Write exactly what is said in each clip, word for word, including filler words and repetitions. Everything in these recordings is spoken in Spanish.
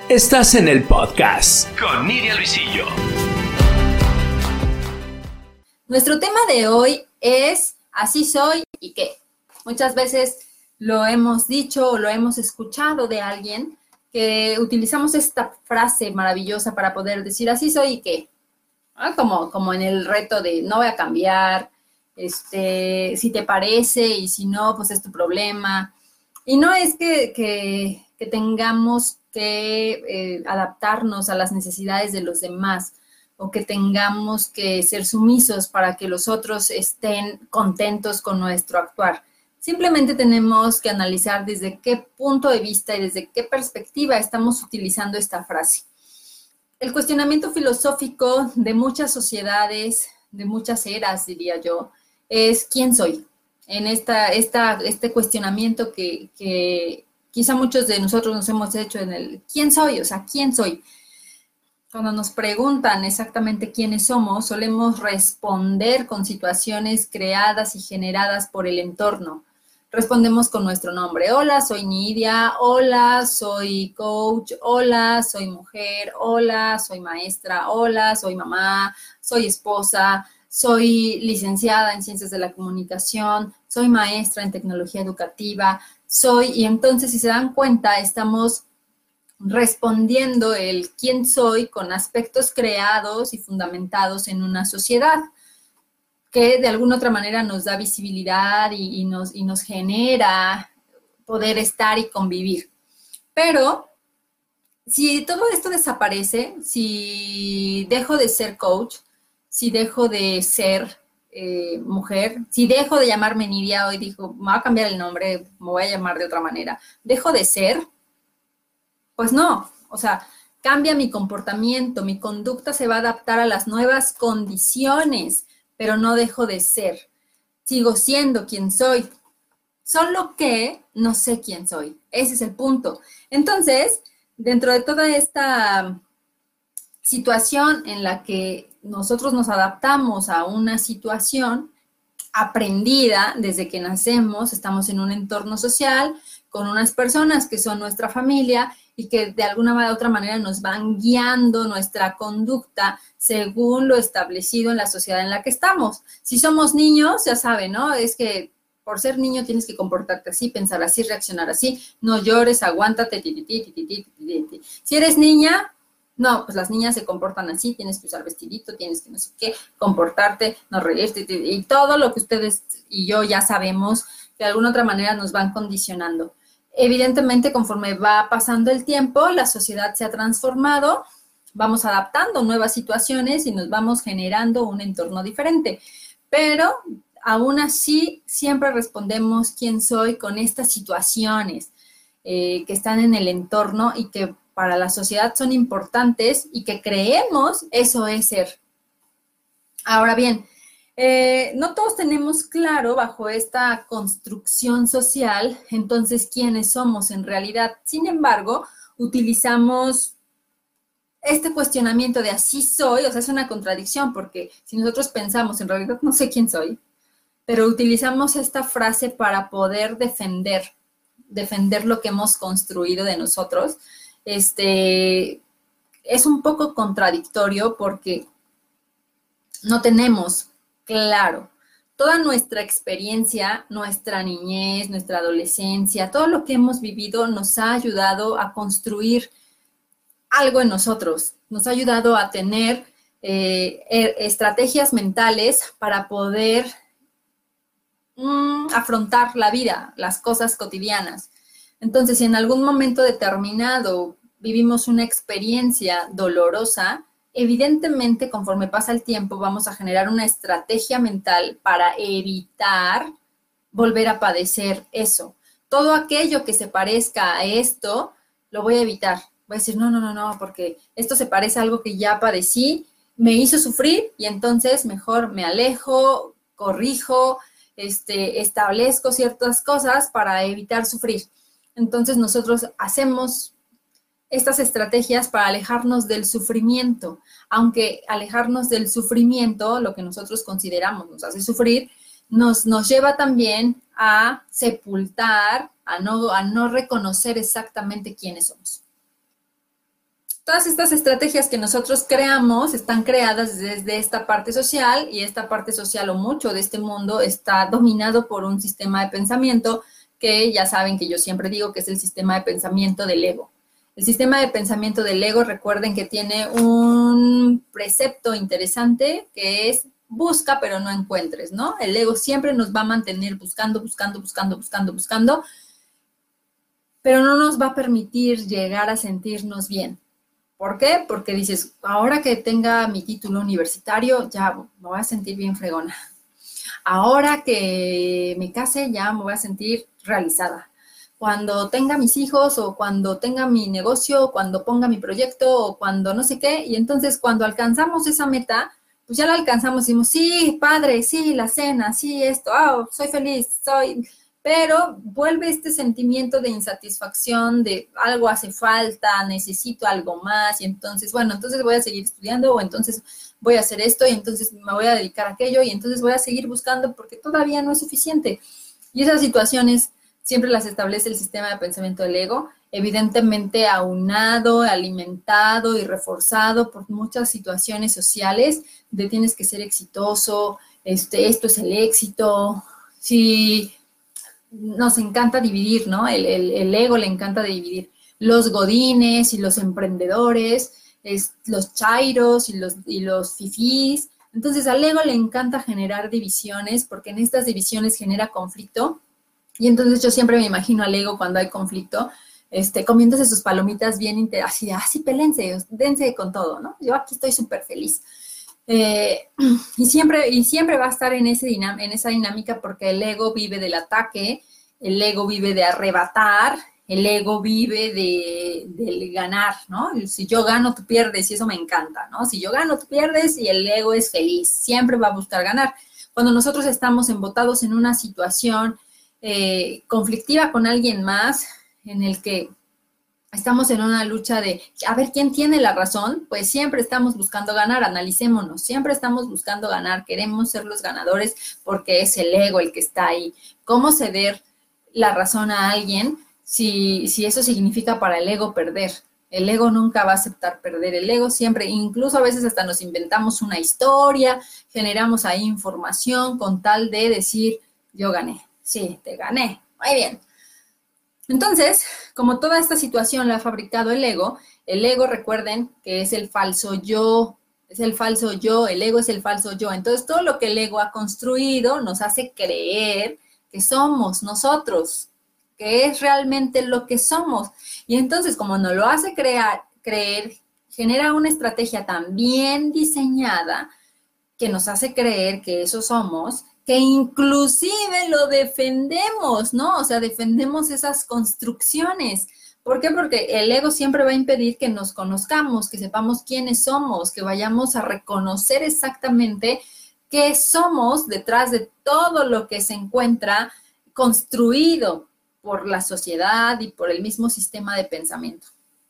Estás en el podcast con Nidia Luisillo. Nuestro tema de hoy es así soy y qué. Muchas veces lo hemos dicho o lo hemos escuchado de alguien que utilizamos esta frase maravillosa para poder decir así soy y qué. ¿Ah? Como, como en el reto de no voy a cambiar, este, si te parece y si no, pues es tu problema. Y no es que, que, que tengamos que eh, adaptarnos a las necesidades de los demás o que tengamos que ser sumisos para que los otros estén contentos con nuestro actuar. Simplemente tenemos que analizar desde qué punto de vista y desde qué perspectiva estamos utilizando esta frase. El cuestionamiento filosófico de muchas sociedades, de muchas eras, diría yo, es ¿quién soy? En esta, esta, este cuestionamiento que, que quizá muchos de nosotros nos hemos hecho en el ¿quién soy? O sea, ¿quién soy? Cuando nos preguntan exactamente quiénes somos, solemos responder con situaciones creadas y generadas por el entorno. Respondemos con nuestro nombre. Hola, soy Nidia. Hola, soy coach. Hola, soy mujer. Hola, soy maestra. Hola, soy mamá. Soy esposa. Soy licenciada en Ciencias de la Comunicación. Soy maestra en Tecnología Educativa. Soy, y entonces, si se dan cuenta, estamos respondiendo el quién soy con aspectos creados y fundamentados en una sociedad que de alguna otra manera nos da visibilidad y, y, nos, y nos genera poder estar y convivir. Pero si todo esto desaparece, si dejo de ser coach, si dejo de ser eh, mujer, si dejo de llamarme Nidia, hoy digo, me voy a cambiar el nombre, me voy a llamar de otra manera, dejo de ser, pues no, o sea, cambia mi comportamiento, mi conducta se va a adaptar a las nuevas condiciones, pero no dejo de ser. Sigo siendo quien soy, solo que no sé quién soy. Ese es el punto. Entonces, dentro de toda esta situación en la que nosotros nos adaptamos a una situación aprendida desde que nacemos, estamos en un entorno social con unas personas que son nuestra familia y que de alguna u otra manera nos van guiando nuestra conducta según lo establecido en la sociedad en la que estamos. Si somos niños, ya saben, ¿no? Es que por ser niño tienes que comportarte así, pensar así, reaccionar así, no llores, aguántate, ti, ti, ti, ti, ti, ti, ti. Si eres niña, no, pues las niñas se comportan así, tienes que usar vestidito, tienes que no sé qué, comportarte, no reírte, y todo lo que ustedes y yo ya sabemos, de alguna otra manera nos van condicionando. Evidentemente, conforme va pasando el tiempo, la sociedad se ha transformado, vamos adaptando nuevas situaciones y nos vamos generando un entorno diferente. Pero aún así, siempre respondemos quién soy con estas situaciones eh, que están en el entorno y que para la sociedad son importantes y que creemos eso es ser. Ahora bien, Eh, no todos tenemos claro bajo esta construcción social, entonces, quiénes somos en realidad. Sin embargo, utilizamos este cuestionamiento de así soy, o sea, es una contradicción porque si nosotros pensamos, en realidad no sé quién soy, pero utilizamos esta frase para poder defender, defender lo que hemos construido de nosotros. Este, es un poco contradictorio porque no tenemos claro, toda nuestra experiencia, nuestra niñez, nuestra adolescencia, todo lo que hemos vivido nos ha ayudado a construir algo en nosotros, nos ha ayudado a tener eh, estrategias mentales para poder mmm, afrontar la vida, las cosas cotidianas. Entonces, si en algún momento determinado vivimos una experiencia dolorosa, evidentemente, conforme pasa el tiempo, vamos a generar una estrategia mental para evitar volver a padecer eso. Todo aquello que se parezca a esto, lo voy a evitar. Voy a decir, no, no, no, no, porque esto se parece a algo que ya padecí, me hizo sufrir y entonces mejor me alejo, corrijo, este, establezco ciertas cosas para evitar sufrir. Entonces, nosotros hacemos estas estrategias para alejarnos del sufrimiento, aunque alejarnos del sufrimiento, lo que nosotros consideramos nos hace sufrir, nos, nos lleva también a sepultar, a no, a no reconocer exactamente quiénes somos. todas estas estrategias que nosotros creamos están creadas desde esta parte social y esta parte social o mucho de este mundo está dominado por un sistema de pensamiento que ya saben que yo siempre digo que es el sistema de pensamiento del ego. El sistema de pensamiento del ego, recuerden que tiene un precepto interesante que es busca pero no encuentres, ¿no? El ego siempre nos va a mantener buscando, buscando, buscando, buscando, buscando, pero no nos va a permitir llegar a sentirnos bien. ¿Por qué? Porque dices, ahora que tenga mi título universitario, ya me voy a sentir bien fregona. Ahora que me case, ya me voy a sentir realizada. Cuando tenga mis hijos o cuando tenga mi negocio, o cuando ponga mi proyecto o cuando no sé qué. Y entonces cuando alcanzamos esa meta, pues ya la alcanzamos y decimos, sí, padre, sí, la cena, sí, esto, oh, soy feliz, soy... Pero vuelve este sentimiento de insatisfacción, de algo hace falta, necesito algo más, y entonces, bueno, entonces voy a seguir estudiando, o entonces voy a hacer esto, y entonces me voy a dedicar a aquello, y entonces voy a seguir buscando porque todavía no es suficiente. Y esas situaciones siempre las establece el sistema de pensamiento del ego, evidentemente aunado, alimentado y reforzado por muchas situaciones sociales, de tienes que ser exitoso, este, esto es el éxito, si... Nos encanta dividir, ¿no? El, el, el ego le encanta dividir. Los godines y los emprendedores, es, los chairos y los, y los fifís. Entonces, al ego le encanta generar divisiones porque en estas divisiones genera conflicto. Y entonces yo siempre me imagino al ego cuando hay conflicto, este, comiéndose sus palomitas bien, inter- así, así pélense, dense con todo, ¿no? Yo aquí estoy súper feliz. Eh, y, siempre, y siempre va a estar en, ese dinam- en esa dinámica porque el ego vive del ataque, el ego vive de arrebatar, el ego vive de, del ganar, ¿no? Si yo gano, tú pierdes y eso me encanta, ¿no? Si yo gano, tú pierdes y el ego es feliz, siempre va a buscar ganar. Cuando nosotros estamos embotados en una situación eh, conflictiva con alguien más, en el que estamos en una lucha de a ver quién tiene la razón, pues siempre estamos buscando ganar, analicémonos, siempre estamos buscando ganar, queremos ser los ganadores porque es el ego el que está ahí. ¿Cómo ceder la razón a alguien si, si eso significa para el ego perder? El ego nunca va a aceptar perder, el ego siempre, incluso a veces hasta nos inventamos una historia, generamos ahí información con tal de decir, yo gané, sí, te gané, muy bien. Entonces, como toda esta situación la ha fabricado el ego, el ego, recuerden que es el falso yo, es el falso yo, el ego es el falso yo. Entonces, todo lo que el ego ha construido nos hace creer que somos nosotros, que es realmente lo que somos. Y entonces, como nos lo hace crear, creer, genera una estrategia tan bien diseñada que nos hace creer que eso somos, que inclusive lo defendemos, ¿no? O sea, defendemos esas construcciones. ¿Por qué? Porque el ego siempre va a impedir que nos conozcamos, que sepamos quiénes somos, que vayamos a reconocer exactamente qué somos detrás de todo lo que se encuentra construido por la sociedad y por el mismo sistema de pensamiento.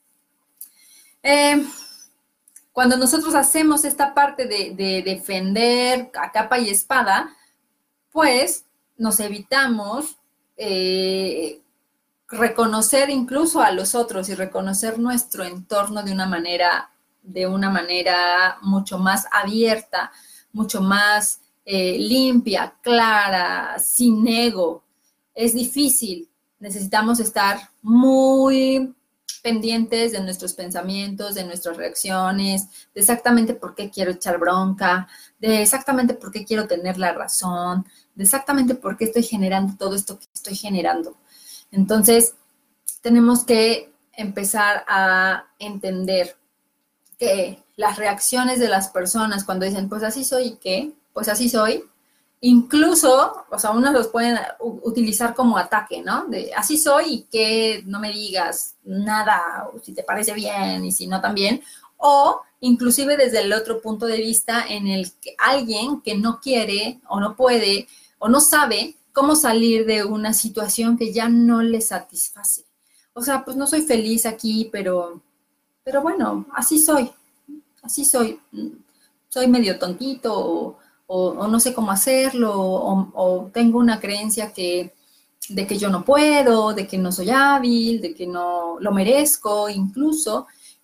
Eh, cuando nosotros hacemos esta parte de, de defender a capa y espada, pues nos evitamos eh, reconocer incluso a los otros y reconocer nuestro entorno de una manera, de una manera mucho más abierta, mucho más eh, limpia, clara, sin ego. Es difícil, necesitamos estar muy pendientes de nuestros pensamientos, de nuestras reacciones, de exactamente por qué quiero echar bronca, de exactamente por qué quiero tener la razón, de exactamente por qué estoy generando todo esto que estoy generando. Entonces, tenemos que empezar a entender que las reacciones de las personas cuando dicen, pues así soy, ¿y qué? Pues así soy. Incluso, o sea, unos los pueden utilizar como ataque, ¿no? De así soy y que no me digas nada, o si te parece bien y si no también. O inclusive desde el otro punto de vista en el que alguien que no quiere o no puede o no sabe cómo salir de una situación que ya no le satisface. O sea, pues no soy feliz aquí, pero, pero bueno, así soy, así soy. Soy medio tontito o, o, o no sé cómo hacerlo o, o tengo una creencia que, de que yo no puedo, de que no soy hábil, de que no lo merezco incluso.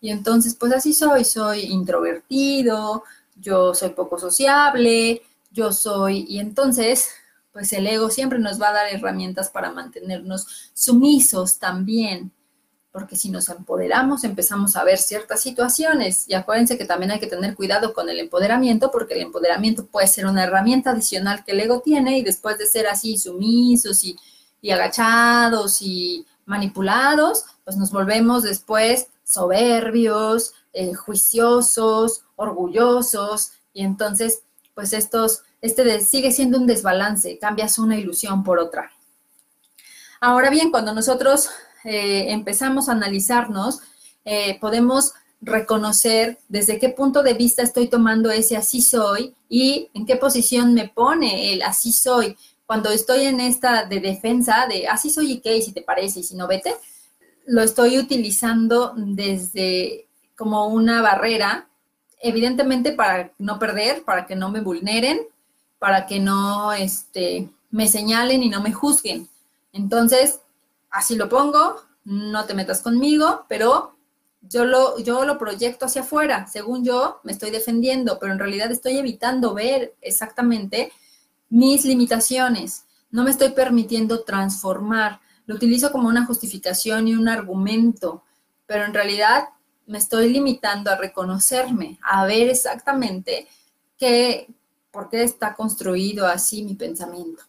Y entonces, pues así soy, soy introvertido, yo soy poco sociable, yo soy, y entonces, pues el ego siempre nos va a dar herramientas para mantenernos sumisos también, porque si nos empoderamos empezamos a ver ciertas situaciones. Y acuérdense que también hay que tener cuidado con el empoderamiento, porque el empoderamiento puede ser una herramienta adicional que el ego tiene, y después de ser así sumisos y, y agachados y manipulados, pues nos volvemos después soberbios, eh, juiciosos, orgullosos, y entonces, pues estos, este de, sigue siendo un desbalance, cambias una ilusión por otra. Ahora bien, cuando nosotros eh, empezamos a analizarnos, eh, podemos reconocer desde qué punto de vista estoy tomando ese así soy y en qué posición me pone el así soy. Cuando estoy en esta de defensa de así soy y qué, y si te parece, y si no, vete, lo estoy utilizando desde como una barrera, evidentemente para no perder, para que no me vulneren, para que no este, me señalen y no me juzguen. Entonces, así lo pongo, no te metas conmigo, pero yo lo, yo lo proyecto hacia afuera. Según yo, me estoy defendiendo, pero en realidad estoy evitando ver exactamente mis limitaciones. No me estoy permitiendo transformar. Lo utilizo como una justificación y un argumento, pero en realidad me estoy limitando a reconocerme, a ver exactamente qué, por qué está construido así mi pensamiento.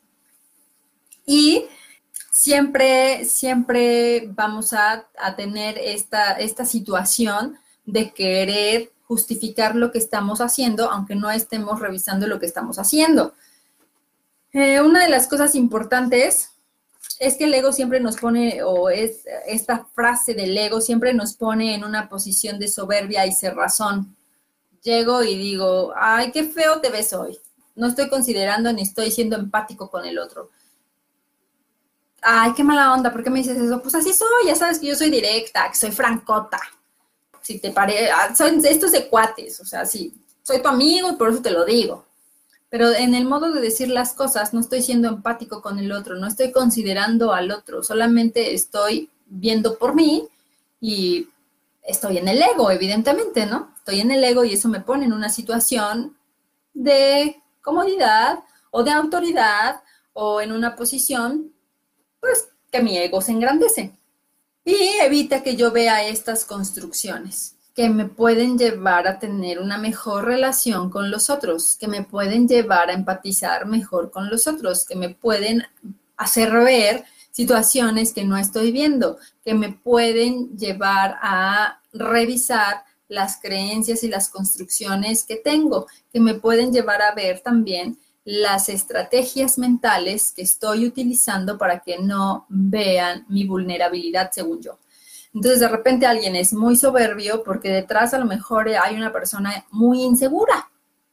Y siempre, siempre vamos a, a tener esta, esta situación de querer justificar lo que estamos haciendo, aunque no estemos revisando lo que estamos haciendo. Eh, una de las cosas importantes es que el ego siempre nos pone, o es esta frase del ego siempre nos pone en una posición de soberbia y cerrazón. Llego y digo, ay, qué feo te ves hoy. No estoy considerando ni estoy siendo empático con el otro. Ay, qué mala onda, ¿por qué me dices eso? Pues así soy, ya sabes que yo soy directa, que soy francota. Si te parece, son estos de cuates, o sea, sí, soy tu amigo y por eso te lo digo. Pero en el modo de decir las cosas no estoy siendo empático con el otro, no estoy considerando al otro, solamente estoy viendo por mí y estoy en el ego, evidentemente, ¿no? Estoy en el ego y eso me pone en una situación de comodidad o de autoridad o en una posición, pues, que mi ego se engrandece y evita que yo vea estas construcciones que me pueden llevar a tener una mejor relación con los otros, que me pueden llevar a empatizar mejor con los otros, que me pueden hacer ver situaciones que no estoy viendo, que me pueden llevar a revisar las creencias y las construcciones que tengo, que me pueden llevar a ver también las estrategias mentales que estoy utilizando para que no vean mi vulnerabilidad según yo. Entonces, de repente alguien es muy soberbio porque detrás a lo mejor hay una persona muy insegura,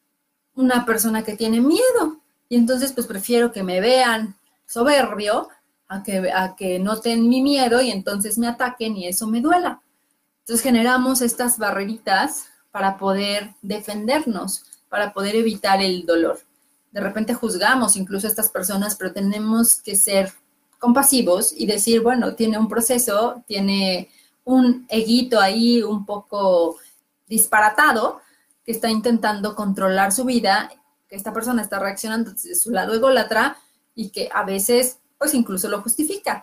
una persona que tiene miedo. Y entonces, pues prefiero que me vean soberbio a que, a que noten mi miedo y entonces me ataquen y eso me duela. Entonces, generamos estas barreritas para poder defendernos, para poder evitar el dolor. De repente juzgamos incluso a estas personas, pero tenemos que ser compasivos y decir, bueno, tiene un proceso, tiene un eguito ahí un poco disparatado que está intentando controlar su vida, que esta persona está reaccionando desde su lado ególatra y que a veces pues incluso lo justifica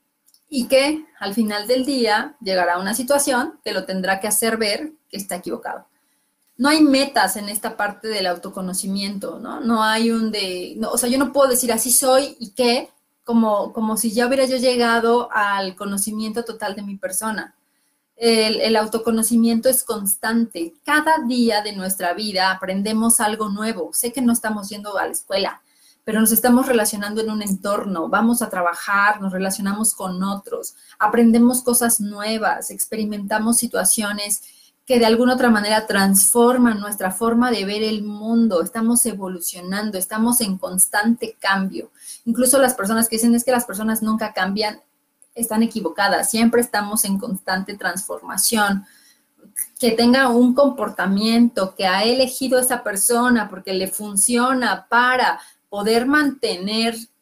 y que al final del día llegará a una situación que lo tendrá que hacer ver que está equivocado. No hay metas en esta parte del autoconocimiento, ¿no? No hay un de, no, o sea, yo no puedo decir así soy y qué, Como, como si ya hubiera yo llegado al conocimiento total de mi persona. El, el autoconocimiento es constante. Cada día de nuestra vida aprendemos algo nuevo. Sé que no estamos yendo a la escuela, pero nos estamos relacionando en un entorno. Vamos a trabajar, nos relacionamos con otros, aprendemos cosas nuevas, experimentamos situaciones que de alguna otra manera transforman nuestra forma de ver el mundo. Estamos evolucionando, estamos en constante cambio. Incluso las personas que dicen es que las personas nunca cambian, están equivocadas. Siempre estamos en constante transformación. Que tenga un comportamiento que ha elegido esa persona porque le funciona para poder mantener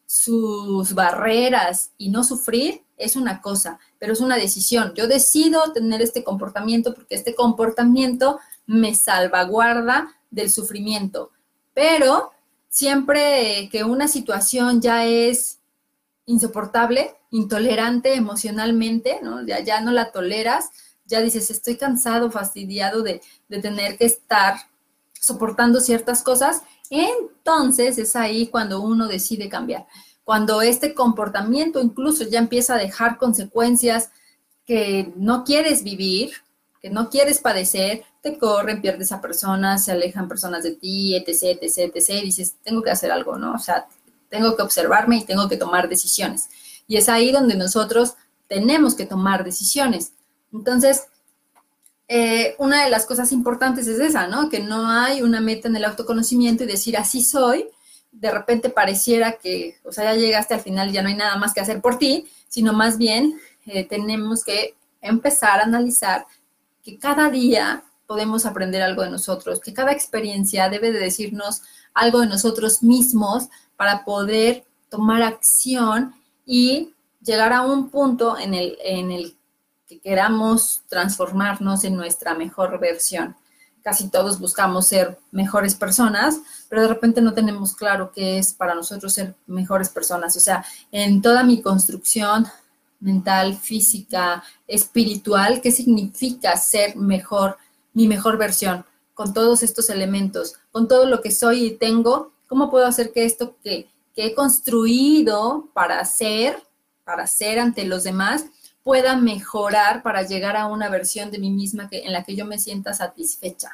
sus barreras y no sufrir es una cosa, pero es una decisión. Yo decido tener este comportamiento porque este comportamiento me salvaguarda del sufrimiento. Pero siempre que una situación ya es insoportable, intolerante emocionalmente, ¿no? Ya, ya no la toleras, ya dices, estoy cansado, fastidiado de, de tener que estar soportando ciertas cosas, entonces es ahí cuando uno decide cambiar. Cuando este comportamiento incluso ya empieza a dejar consecuencias que no quieres vivir, que no quieres padecer, te corren, pierdes a personas, se alejan personas de ti, etc, etc, etc, y dices, tengo que hacer algo, ¿no? O sea, tengo que observarme y tengo que tomar decisiones. Y es ahí donde nosotros tenemos que tomar decisiones. Entonces, eh, una de las cosas importantes es esa, ¿no? Que no hay una meta en el autoconocimiento y decir, así soy, de repente pareciera que, o sea, ya llegaste al final y ya no hay nada más que hacer por ti, sino más bien eh, tenemos que empezar a analizar que cada día podemos aprender algo de nosotros, que cada experiencia debe de decirnos algo de nosotros mismos para poder tomar acción y llegar a un punto en el, en el que queramos transformarnos en nuestra mejor versión. Casi todos buscamos ser mejores personas, pero de repente no tenemos claro qué es para nosotros ser mejores personas. O sea, en toda mi construcción mental, física, espiritual, ¿qué significa ser mejor, mi mejor versión? Con todos estos elementos, con todo lo que soy y tengo, ¿cómo puedo hacer que esto que, que he construido para ser, para ser ante los demás, pueda mejorar para llegar a una versión de mí misma que, en la que yo me sienta satisfecha?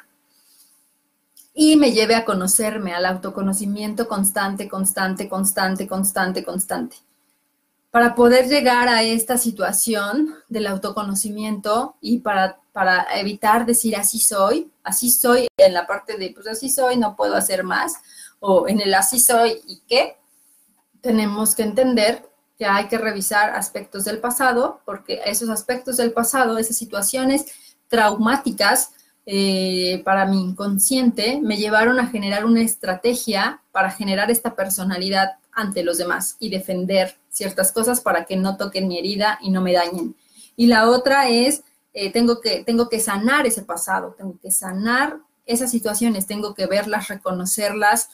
Y me lleve a conocerme, al autoconocimiento constante, constante, constante, constante, constante. Para poder llegar a esta situación del autoconocimiento y para, para evitar decir así soy, así soy en la parte de pues así soy, no puedo hacer más, o en el así soy y qué, tenemos que entender que hay que revisar aspectos del pasado, porque esos aspectos del pasado, esas situaciones traumáticas eh, para mi inconsciente, me llevaron a generar una estrategia para generar esta personalidad ante los demás y defender ciertas cosas para que no toquen mi herida y no me dañen. Y la otra es, eh, tengo que, tengo que sanar ese pasado, tengo que sanar esas situaciones, tengo que verlas, reconocerlas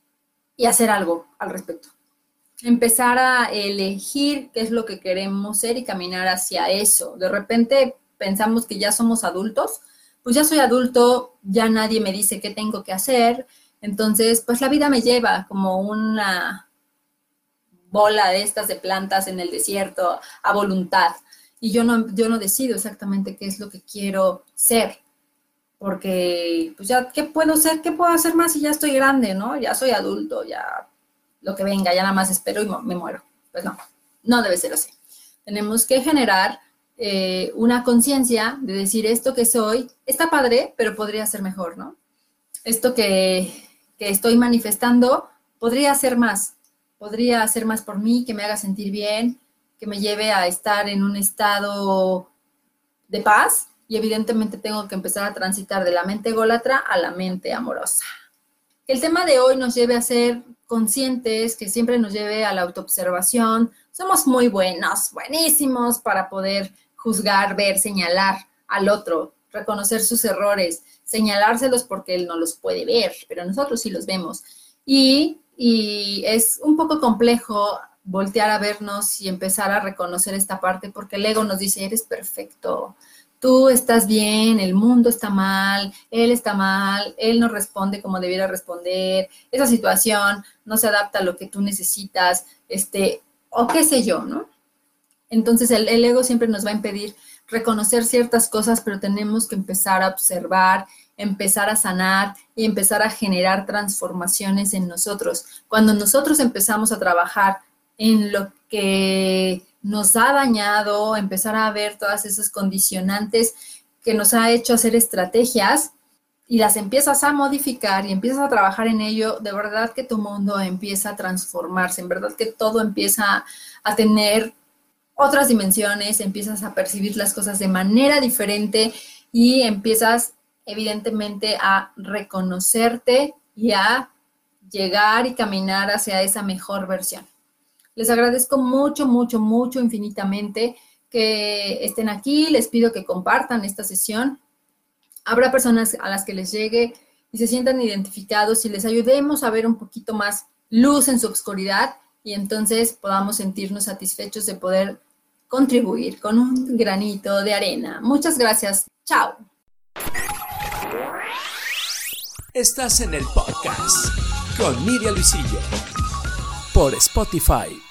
y hacer algo al respecto. Empezar a elegir qué es lo que queremos ser y caminar hacia eso. De repente pensamos que ya somos adultos, pues ya soy adulto, ya nadie me dice qué tengo que hacer, entonces pues la vida me lleva como una bola de estas de plantas en el desierto a voluntad y yo no, yo no decido exactamente qué es lo que quiero ser, porque pues ya, ¿qué puedo ser? ¿Qué puedo hacer más si ya estoy grande, no? Ya soy adulto, ya lo que venga, ya nada más espero y me muero. Pues no, no debe ser así. Tenemos que generar eh, una conciencia de decir esto que soy, está padre, pero podría ser mejor, ¿no? Esto que, que estoy manifestando podría ser más, podría hacer más por mí, que me haga sentir bien, que me lleve a estar en un estado de paz y evidentemente tengo que empezar a transitar de la mente ególatra a la mente amorosa. Que el tema de hoy nos lleve a ser conscientes, que siempre nos lleve a la autoobservación. Somos muy buenos, buenísimos para poder juzgar, ver, señalar al otro, reconocer sus errores, señalárselos porque él no los puede ver, pero nosotros sí los vemos. Y, y es un poco complejo voltear a vernos y empezar a reconocer esta parte porque el ego nos dice, eres perfecto, tú estás bien, el mundo está mal, él está mal, él no responde como debiera responder, esa situación no se adapta a lo que tú necesitas, este, o qué sé yo, ¿no? Entonces el, el ego siempre nos va a impedir reconocer ciertas cosas, pero tenemos que empezar a observar, empezar a sanar y empezar a generar transformaciones en nosotros. Cuando nosotros empezamos a trabajar en lo que nos ha dañado, empezar a ver todas esas condicionantes que nos ha hecho hacer estrategias y las empiezas a modificar y empiezas a trabajar en ello, de verdad que tu mundo empieza a transformarse, en verdad que todo empieza a tener otras dimensiones, empiezas a percibir las cosas de manera diferente y empiezas evidentemente a reconocerte y a llegar y caminar hacia esa mejor versión. Les agradezco mucho, mucho, mucho, infinitamente que estén aquí. Les pido que compartan esta sesión. Habrá personas a las que les llegue y se sientan identificados y les ayudemos a ver un poquito más luz en su oscuridad y entonces podamos sentirnos satisfechos de poder contribuir con un granito de arena. Muchas gracias. Chao. Estás en el podcast con Nidia Luisillo por Spotify.